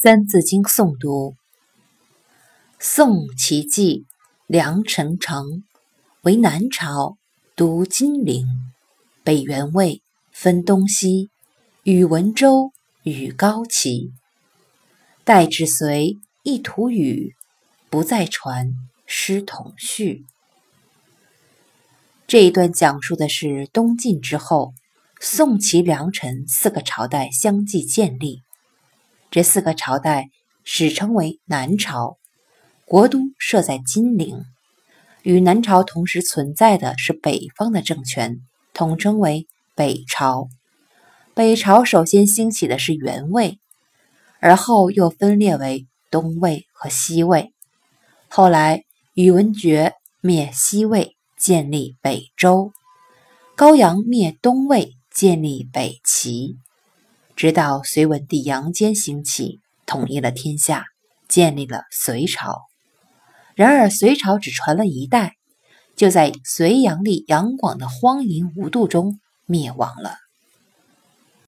三字经诵读。宋齐纪，梁陈承，为南朝，都金陵，北元魏，分东西，与文周，与高齐。代至隋，一图语，不再传，师统序。这一段讲述的是东晋之后，宋齐梁陈四个朝代相继建立。这四个朝代史称为南朝，国都设在金陵。与南朝同时存在的是北方的政权，统称为北朝。北朝首先兴起的是元魏，而后又分裂为东魏和西魏。后来宇文觉灭西魏，建立北周；高阳灭东魏，建立北齐。直到隋文帝杨坚兴起，统一了天下，建立了隋朝。然而隋朝只传了一代，就在隋炀帝杨广的荒淫无度中灭亡了。